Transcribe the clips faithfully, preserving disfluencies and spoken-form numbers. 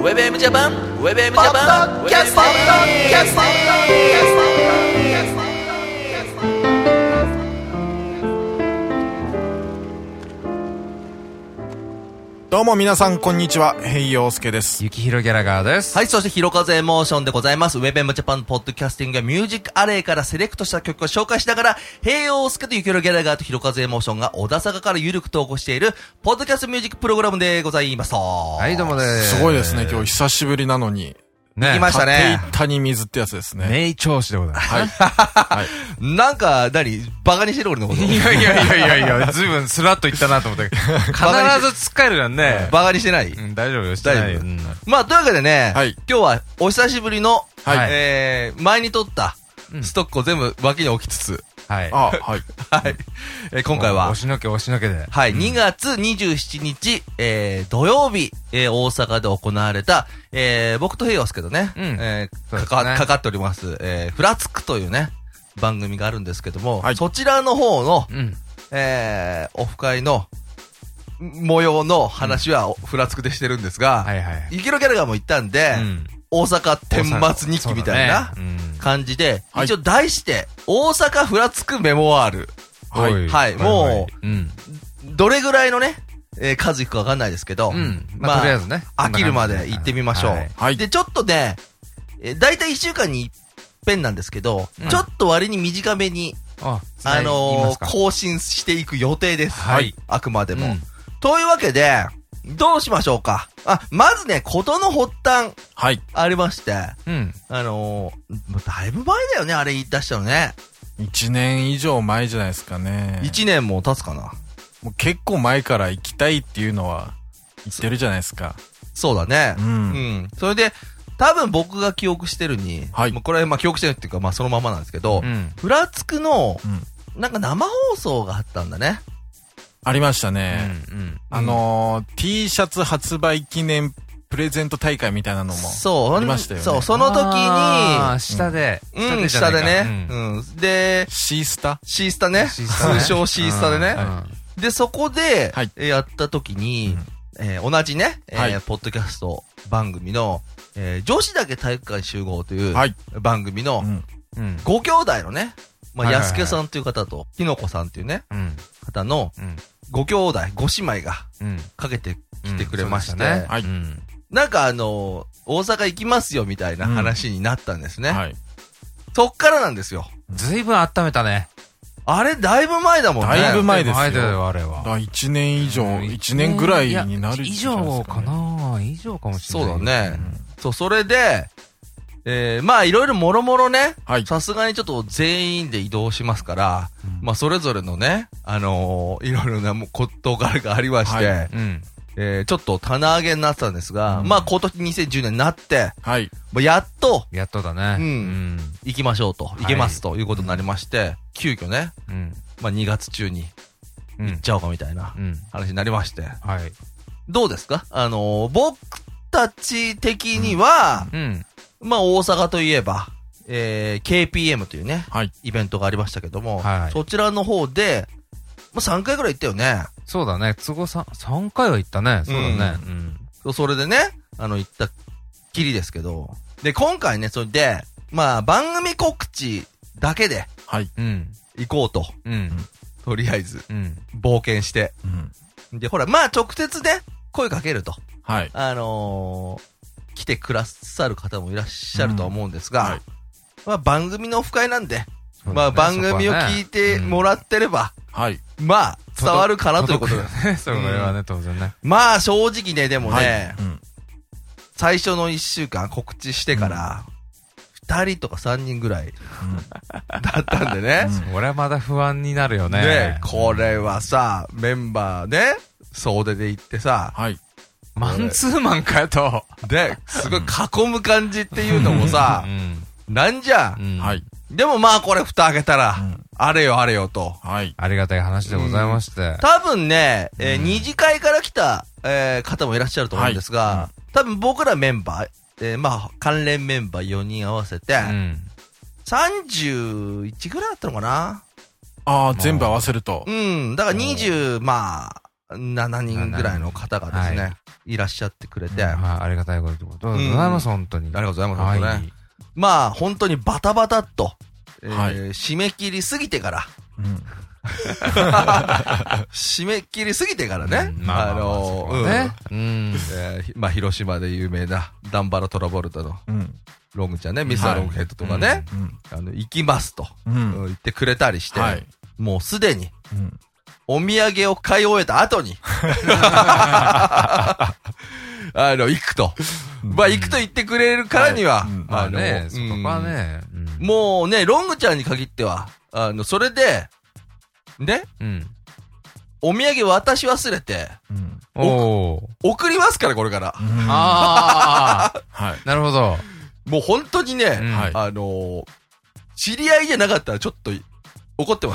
ウェブエムジャパン、ウェブエムジャパン、キャストキャストどうも皆さんこんにちは、ヘイヨウスケです。 ゆきひろギャラガーです。 はい、そしてひろかぜエモーションでございます。ウェブエムジャパンポッドキャスティングやミュージックアレイからセレクトした曲を紹介しながら、ヘイヨウスケとゆきひろギャラガーとひろかぜエモーションが小田坂からゆるく投稿しているポッドキャストミュージックプログラムでございます。 はい、どうもです。 すごいですね、今日久しぶりなのに。 ね、行きましたね。 縦板に水ってやつですね。 名調子でございます。 はい。はい。 なんか、何バカにしてる俺のこと。 いやいやいやいやいや、ずいぶんスラッと言ったなと思ったけど。必ず使えるよね。 バカにしてない、 うん、大丈夫よ、 大丈夫。うん、まあ、というわけでね、はい、今日はお久しぶりの、はい、えー、前に撮ったストックを全部脇に置きつつ、 はい。 あ、はい。 はい。えー、今回は。 押しのけ押しのけで。 はい。うん、にがつにじゅうしちにち、えー、土曜日、えー、大阪で行われた、えー、僕とヘイヨウスケとね、うん、えー、かか、ね、かかっております、えー、フラつくというね、番組があるんですけども、はい、そちらの方の、うん、えー、オフ会の、模様の話は、フラつくでしてるんですが、はいはい。ゆきろギャラガーも言ったんで、うん、大阪天末日記みたいな感じで、ね、一応題して、大阪ふらつくメモワール。はい。はい。もう、うん、どれぐらいのね、えー、数いくかわかんないですけど、うん、 まあ、まあ、とりあえずね。 飽きるまで行ってみましょう。はい。はい、で、ちょっとね、えー、だいたいいっしゅうかんに一遍なんですけど、うん、ちょっと割に短めに、あ、あのー、更新していく予定です。はい。あくまでも。うん、というわけで、どうしましょうか。あ、まずね、ことの発端。はい。ありまして。うん。あのー、だいぶ前だよね、あれ言い出したのね。 一年以上前じゃないですかね。 一年も経つかな。 もう結構前から行きたいっていうのは言ってるじゃないですか。 そ, そうだね。うん。うん。それで、多分僕が記憶してるに、はい。もうこれ、まあ記憶してるっていうか、まあそのままなんですけど、うん。ふらつくの、うん、なんか生放送があったんだね。 ありましたね。うんうん、あのー、T シャツ発売記念プレゼント大会みたいなのもそうありましたよね。 そう、その時に、 下で、 うん、下でね、うん、うん。で、 シースタシースタね。通称シースタでね。で、そこで、はい、やった時に、うん、えー、同じね、えーはい、ポッドキャスト番組の、えー、女子だけ体育会集合という番組の、はいうん、ご兄弟のね、まあ、安家さんという方と、ひのこさんっていうね、うん、方の、うん、ご兄弟、ご姉妹が、かけてきてくれまして、うんうんねはい、なんかあのー、大阪行きますよみたいな話になったんですね。うんはい、そっからなんですよ。 ずいぶん温めたね。 あれ、だいぶ前だもんね。 だいぶ前ですよ。 前だよ、あれは。 だいちねん以上、いちねんぐらいになる、 ね、以上かな以上かもしれない。 そうだね。うん、そう、それで、えー、まあいろいろもろもろね、さすがにちょっと全員で移動しますから、うん、まあそれぞれのね、あのー、いろいろな事柄がありまして、はいうんえー、ちょっと棚上げになってたんですが、うん、まあ今年にせんじゅうねんになって、はい、まあ、やっと、 やっとだね、 うん、うん、行きましょうと、行けますということになりまして、はい、急遽ね、うん、まあにがつ中に行っちゃおうかみたいな話になりまして、うん、はい、どうですかあのー、僕たち的には、うんうんまあ、大阪といえば、えー、ケーピーエム というね、はい、イベントがありましたけども、はい、そちらの方で、まあ、さんかいぐらい行ったよね。 そうだね。都合さん、さんかいは行ったね。そうだね。 うん。それでね、あの、行ったきりですけど、で、今回ね、それで、まあ、番組告知だけで、はい。うん。行こうと。うん。とりあえず、うん。冒険して。うん。で、ほら、まあ、直接ね、声かけると。はい。あのー、来てくださる方もいらっしゃると思うんですが、うんはい、まあ番組のオフ会なんで、ね、まあ番組を聞いてもらってれば、うんはい、まあ伝わるかなということで。 ね、それはね、当然ね。 まあ正直ね、でもね、はいうん、最初のいっしゅうかん告知してから、ふたりとかさんにんぐらい、うん、だったんでね。 うん、俺はまだ不安になるよね。 ね、これはさ、メンバーね、総出で行ってさ、はいマンツーマンかよと。 で、すごい囲む感じっていうのもさ、うん、なんじゃ、うん、はい。でもまあこれ蓋開けたら、うん、あれよあれよと。 はい。ありがたい話でございまして。うん、 多分ね、えー、二次会から来た、えー、方もいらっしゃると思うんですが、はい、多分僕らメンバー、えー、まあ関連メンバーよにん合わせて、うん、さんじゅういちぐらいだったのかな。 ああ、全部合わせると。 うん。だからにじゅう、まあ、 ななにんぐらいの方がですね、はい、いらっしゃってくれて。うん、 ありがたいことでございます、本当に。 ありがとうございます、本当ね。はい、まあ、本当にバタバタっと、えーはい、締め切りすぎてから、うん、締め切りすぎてからね、うん、まあ、あのー、ね、うん、えー、まあ、広島で有名なダンバラトラボルタの、うん、ロングちゃんね、ミスターロングヘッドとかね、はい、うん、あの、行きますと、うん、言ってくれたりして、はい、もうすでに、うん、お土産を買い終えた後に、あの、行くと。まあ、行くと言ってくれるからには、 まあね、そこはね、 もうね、ロングちゃんに限っては、あの、それで、ね、うん、お土産渡し忘れて、うん、お送りますから、これから。 ああ、はい。なるほど。 もう本当にね、うん、あのー、知り合いじゃなかったらちょっと怒ってます、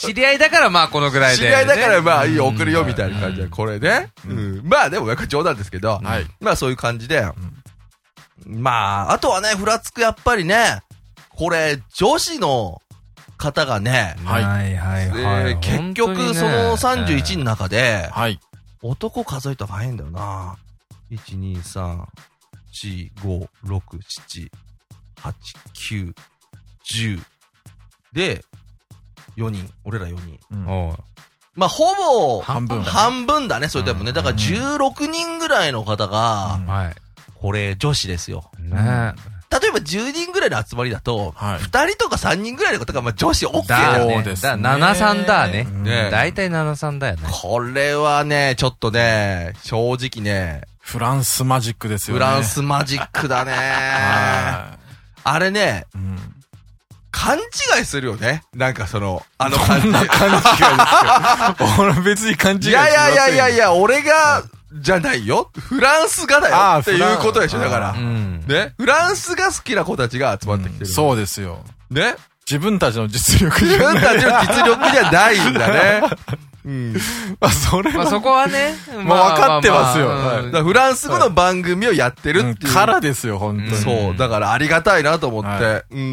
ね。知り合いだからまあこのぐらいで、ね。 知り合いだからまあいいよ、送るよみたいな感じで、これね、うんうん。まあでもなんか冗談ですけど、はい、まあそういう感じで、うん、まあ、あとはね、ふらつくやっぱりね、これ、女子の方がね、 はいはいはい、 えー、結局そのさんじゅういちの中で、はい、男数えたら早いんだよな。いち、に、さん、よん、ご、ろく、なな、はち、きゅう、じゅうで、よにん、俺らよにん。うん、まあ、ほぼ、半分、半分だね、それでもね。だからじゅうろくにんぐらいの方が、うん、はい、これ、女子ですよ。ね、例えばじゅうにんぐらいの集まりだと、はい、ふたりとかさんにんぐらいの方が、まあ女子 OK だね。 そうですね。ななさんだね。ね。だいたいななさんだよね。 これはね、ちょっとね、正直ね。 フランスマジックですよね。 フランスマジックだね。あれね、うん、勘違いするよね。なんかその、あの感じ。 勘違いですよ。俺別に勘違いしません。 いやいやいやいや、俺が、じゃないよ。フランスがだよっていうことでしょ、だから。うん、ね。フランスが好きな子たちが集まってきてる、うん。 そうですよ。 ね。 自分たちの実力じゃない。自分たちの実力じゃないんだね。うん。 まあ、それは。 まあ、そこはね。 まあ、分かってますよ。 フランス語の番組をやってるっていう。 からですよ、本当に。 そう。だからありがたいなと思って。うん。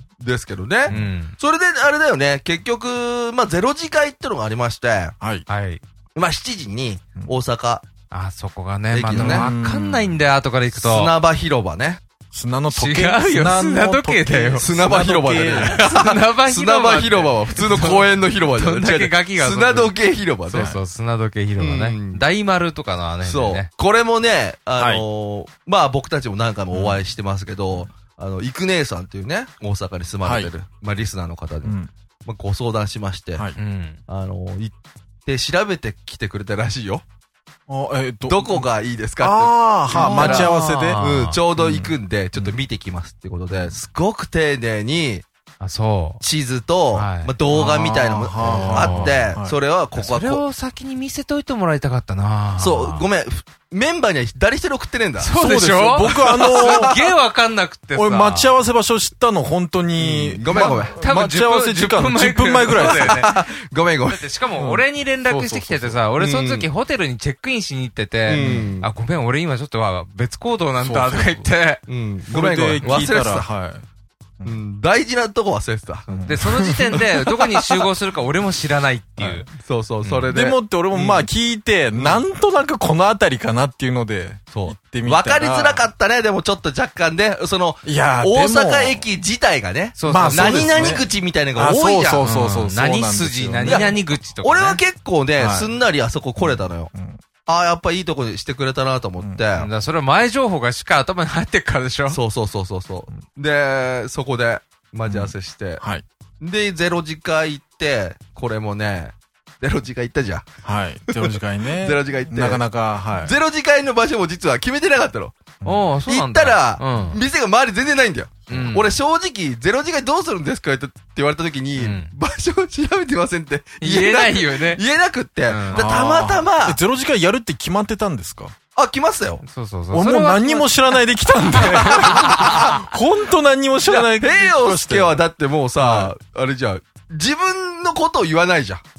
ですけどね。うん。それで、あれだよね。結局、まあ、ゼロ次会ってのがありまして。はい。はい。まあ、しちじに、大阪。 あ、そこがね、まだわかんないんだよ、後から行くと。 砂場広場ね。 砂の時計。 違うよ、砂時計だよ。 砂場広場だね。 砂場広場。 砂場広場は普通の公園の広場じゃない。 どんだけガキが。 砂時計広場ね。 そうそう、砂時計広場ね。大丸とかのね。 そう。これもね、あの、まあ僕たちも何回もお会いしてますけど、あの、イク姉さんっていうね、大阪に住まれてる、まあリスナーの方で、まあご相談しまして、あの、行って調べてきてくれたらしいよ。あ、えー、ど、どこがいいですかって。 ああ、は待ち合わせで。 うん、ちょうど行くんで、ちょっと見てきますってことで、すごく丁寧に、 あ、そう。 地図と、はい、まあ、動画みたいなのもあって、それはここはこう。 それを先に見せといてもらいたかったな。 そう、ごめん。メンバーには誰一人送ってねえんだ。 そうでしょ。 僕あのー、 すっげえわかんなくってさ。 俺待ち合わせ場所知ったの本当に、 うん、ごめんごめん。 多分待ち合わせ時間のじゅっぷんまえぐらいだよね。 ごめんごめん。 だってしかも俺に連絡してきててさ、俺その時ホテルにチェックインしに行ってて、うん、あ、ごめん俺今ちょっとは別行動なんだとか言って、 うん、ごめんごめん。忘れてた。はい。うん、大事なとこ忘れてた。 で、その時点で、どこに集合するか俺も知らないっていう。はい、 そうそう、それで。 でもって俺もまあ聞いて、うん、なんとなくこの辺りかなっていうので、そう。行ってみたら。 わかりづらかったね、でもちょっと若干ね、その、いや大阪駅自体がね、そうそう、まあ、何々口みたいなのが多いじゃん。 そうそうそうそう、うん。 何筋、何々口とか、ね。 俺は結構ね、はい、すんなりあそこ来れたのよ。うんああ、やっぱいいとこにしてくれたなと思って。うん、 だそれは前情報がしっかり頭に入ってるからでしょ。 そうそうそうそうそう。で、そこで待ち合わせして。うん、はい。で、ゼロ次会行って、これもね、ゼロ次会行ったじゃん。 はい。ゼロ次会ね。 ゼロ次会行って。 なかなか、はい。 ゼロ次会の場所も実は決めてなかったの。 おー、そうなんだ。 行ったら、うん、店が周り全然ないんだよ。うん、俺正直、ゼロ次会どうするんですかって言われた時に、うん、場所を調べてませんって言えないよね。 言えなくって。うん、たまたま。 ゼロ次会やるって決まってたんですか？ あ、来ましたよ。 そうそうそう。 俺もう何にも知らないで来たんで。ほんと何にも知らないで。 平洋介はだってもうさ、あれじゃん。自分のことを言わないじゃん。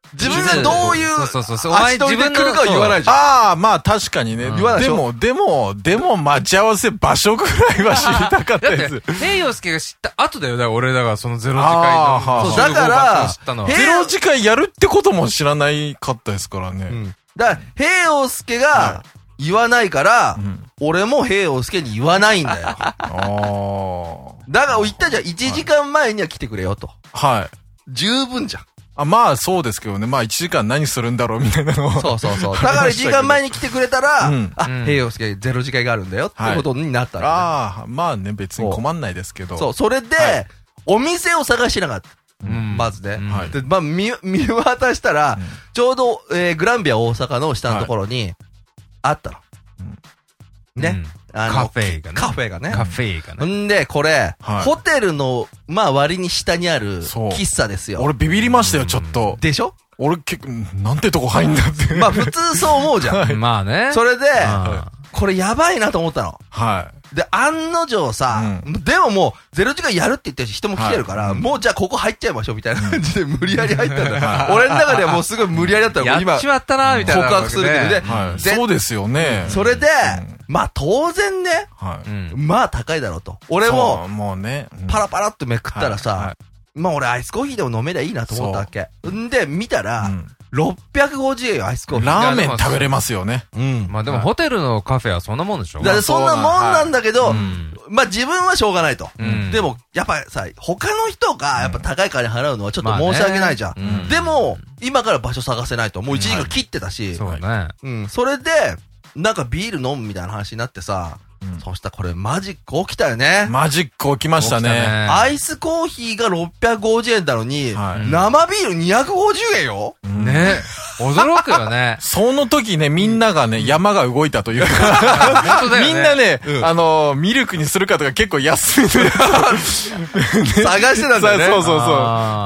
自分がどういう、 そうそうそう。 足取りで来るかは言わないじゃん。 ああ、まあ確かにね。 言わないでしょ。 でも、でも、でも待ち合わせ場所ぐらいは知りたかったやつ。 平洋介が知った後だよ、だから俺だからそのゼロ次会の。 そう、だから、 ゼロ次会やるってことも知らないかったですからね。うん、 だから、平洋介が言わないから、うん、俺も平洋介に言わないんだよ。ああ。だから言ったじゃん、いちじかんまえには来てくれよと。 はい。 十分じゃん。 あ、まあそうですけどね。まあいちじかん何するんだろうみたいなのを。 そうそうそう。だからいちじかんまえに来てくれたら、うん、あ、平洋介ゼロ次会があるんだよってことになったんだ、ね、はい、ああ、まあね、別に困んないですけど。 そう、それで、はい、お店を探してなかった。うん、まずね。うん、はい、で、まあ見、見渡したら、うん、ちょうど、えー、グランビア大阪の下のところに、あったの。うん、ね。うんあのカフェがね。 カフェがね。 カフェがね。 んで、これ、はい、ホテルの、まあ割に下にある、喫茶ですよ。 俺ビビりましたよ、ちょっと。 でしょ俺結構、なんてとこ入んだって。 まあ普通そう思うじゃん。はい、 まあね。 それで、これやばいなと思ったの。 はい。 で、案の定さ、うん、でももう、ゼロ時間やるって言って人も来てるから、はい、もうじゃあここ入っちゃいましょうみたいな感じで無理やり入ったんだよ。はい、俺の中ではもうすごい無理やりだったら、 今。やっちまったなみたいな。 告白するけどね。 はい、そうですよね。 それで、うんまあ当然ね、はい、まあ高いだろうと。俺も、 もうね、 パラパラっとめくったらさ、はいはい、まあ俺アイスコーヒーでも飲めりゃいいなと思ったわけ。んで、見たら、うん、ろっぴゃくごじゅうえんよ、アイスコーヒー。 ラーメン食べれますよね。 うん。まあでもホテルのカフェはそんなもんでしょ？ だからそんなもんなんだけど、はい、まあ自分はしょうがないと。うん、でも、やっぱさ、他の人がやっぱ高い金払うのはちょっと申し訳ないじゃん。まあねうん、でも、今から場所探せないと。もういちじかん切ってたし。はい、 そうね。 うん。それで、なんかビール飲むみたいな話になってさ、うん、そしたらこれマジック起きたよね。 マジック起きましたね。 アイスコーヒーがろっぴゃくごじゅうえんなのに、はい、生ビールにひゃくごじゅうえんよ。 ね。驚くよね。 その時ね、みんながね、山が動いたというか、本当だよね、みんなね、うん、あの、ミルクにするかとか結構安いで探してたんだよね。 そうそうそう。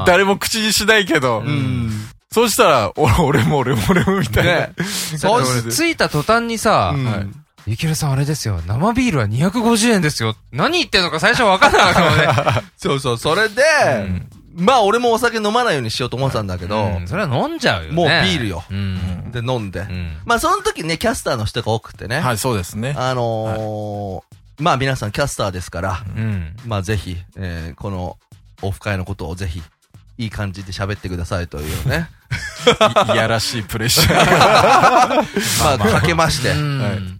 誰も口にしないけど。うんそうしたら、俺も俺も俺もみたいな。ね、 そう着いた途端にさ、うんはい、ゆきるさんあれですよ、生ビールはにひゃくごじゅうえんですよ。何言ってんのか最初わかんなかったのね。 そうそう、それで、うん、まあ俺もお酒飲まないようにしようと思ってたんだけど、うん、 それは飲んじゃうよね。 もうビールよ。うん、で、飲んで、うん。まあその時ね、キャスターの人が多くてね。 はい、そうですね。 あのー、はい、まあ皆さんキャスターですから、うん、まあぜひ、えー、このオフ会のことをぜひ、いい感じで喋ってくださいというね。 い, いやらしいプレッシャーが。 まあ、かけまして。はい、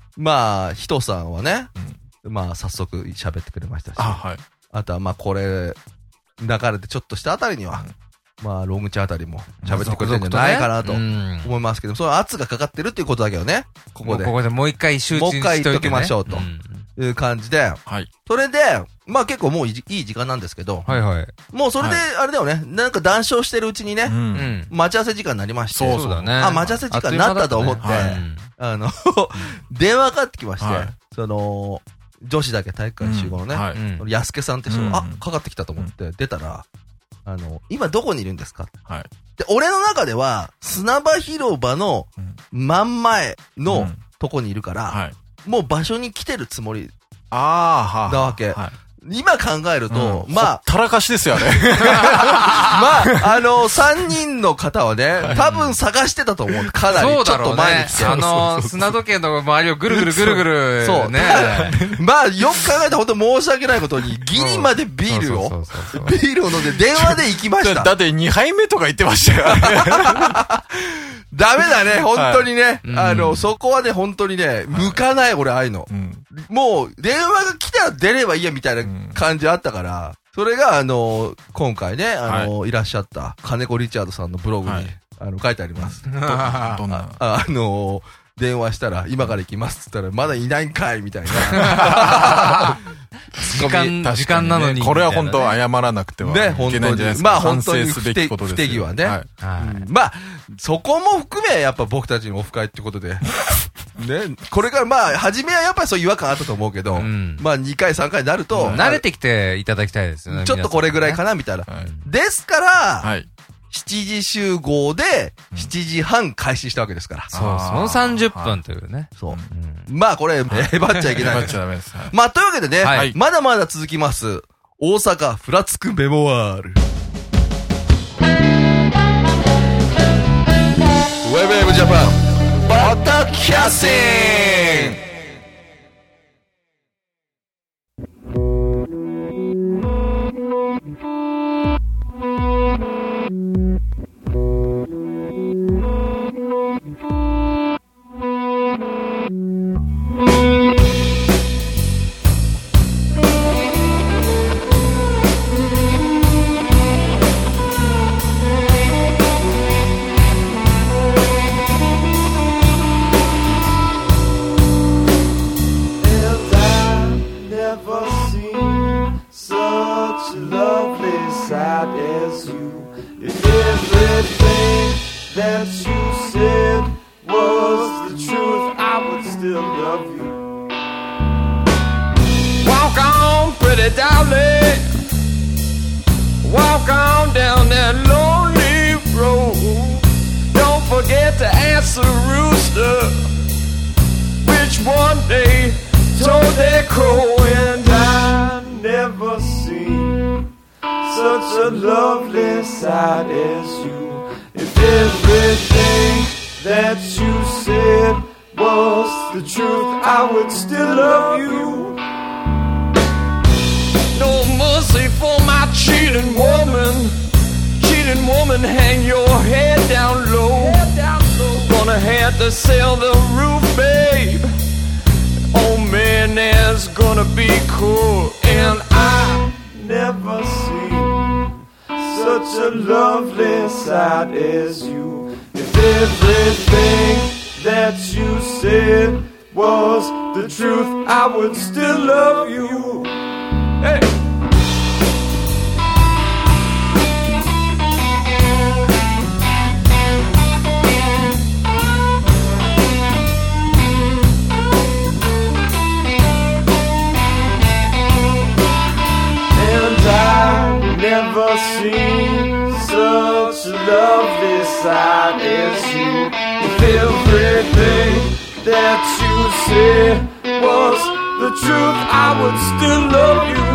まあ、ひとさんはね、うん、まあ、早速喋ってくれましたし。 あ、はい。 あとは、まあ、これ、流れてちょっとしたあたりには、うん、まあ、ロングチャあたりも喋ってくれてるんじゃないかなと思いますけど、その圧がかかってるっていうことだけどね。ここで。 ここでもう一回集中して、ね、 もう一回言っときましょうと。いう感じで。はい。それで、まあ結構もういい時間なんですけど。 はいはい。 もうそれで、あれだよね。なんか談笑してるうちにね。うん。待ち合わせ時間になりまして。 そうだね。 あ、待ち合わせ時間になったと思って。あの、電話かかってきまして。その、女子だけ体育館集合のね。はい。安家さんって人が、あ、かかってきたと思って出たら、あの、今どこにいるんですか？はい。で、俺の中では、砂場広場の真ん前のとこにいるから、はい。もう場所に来てるつもりああ、 だわけ。はい、今考えると、うん、まあ。 たらかしですよね。 まあ、あの、三人の方はね、多分探してたと思う。かなり。ちょっと前に来て。 あの、砂時計の周りをぐるぐるぐるぐる。 そう。ね。まあ、よく考えたら本当申し訳ないことに、ギリまでビールを、ビールを飲んで電話で行きました。 だってにはいめとか言ってましたよ。 ダメだね、本当にね。はい、あの、うん、そこはね、本当にね、向かない、俺、ああいうの、うん。もう、電話が来たら出ればいいや、みたいな感じあったから、それが、あの、今回ね、あの、はい、いらっしゃった、金子リチャードさんのブログに、はい、あの、書いてあります。ど、どんなあ、あの、電話したら、今から行きますって言ったら、まだいないんかいみたいな。 時間、時間なのに。 これは本当謝らなくてはいけないんじゃないですか。 まあ本当に不手際ね。はい。まあ、そこも含め、やっぱ僕たちのオフ会ってことで。ね。これからまあ、初めはやっぱりそういう違和感あったと思うけど、まあにかいさんかいになると。 慣れてきていただきたいですよね。 ちょっとこれぐらいかなみたいな。ですから、はい。しちじ集合で、しちじはん開始したわけですから。 そう、そのさんじゅっぷんというね。 そう。まあこれ、えばっちゃいけない。えばっちゃダメです。まあというわけでね、まだまだ続きます。大阪ふらつくメモワール。 that you said was the truth, I would still love you. Walk on, pretty darling. Walk on down that lonely road. Don't forget to ask the rooster which one day told that crow. And I never seen such a lovely sight as you. If everything that you said was the truth, I would still love you. No mercy for my cheating woman. Cheating woman, hang your head down low. Head down low. Gonna have to sell the roof, babe. Oh man, that's gonna be cool. And I never seen such a lovely sight as you. If everything that you said was the truth, I would still love you. Hey! Never seen such a lovely sight as you. If everything that you said was the truth, I would still love you.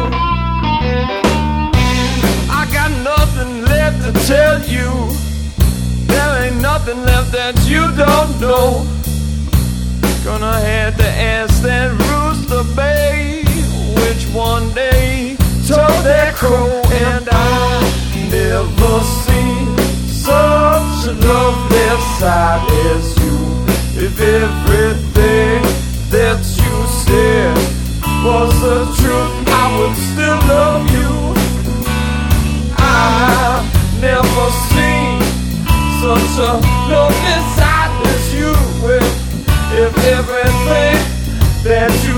I got nothing left to tell you. There ain't nothing left that you don't know. Gonna have to ask that rooster, babe, which one day told that crow. And I never seen such a lovely sight as you. If everything that you said was the truth, I would still love you. I've never seen such a lovely sight as you. If everything that you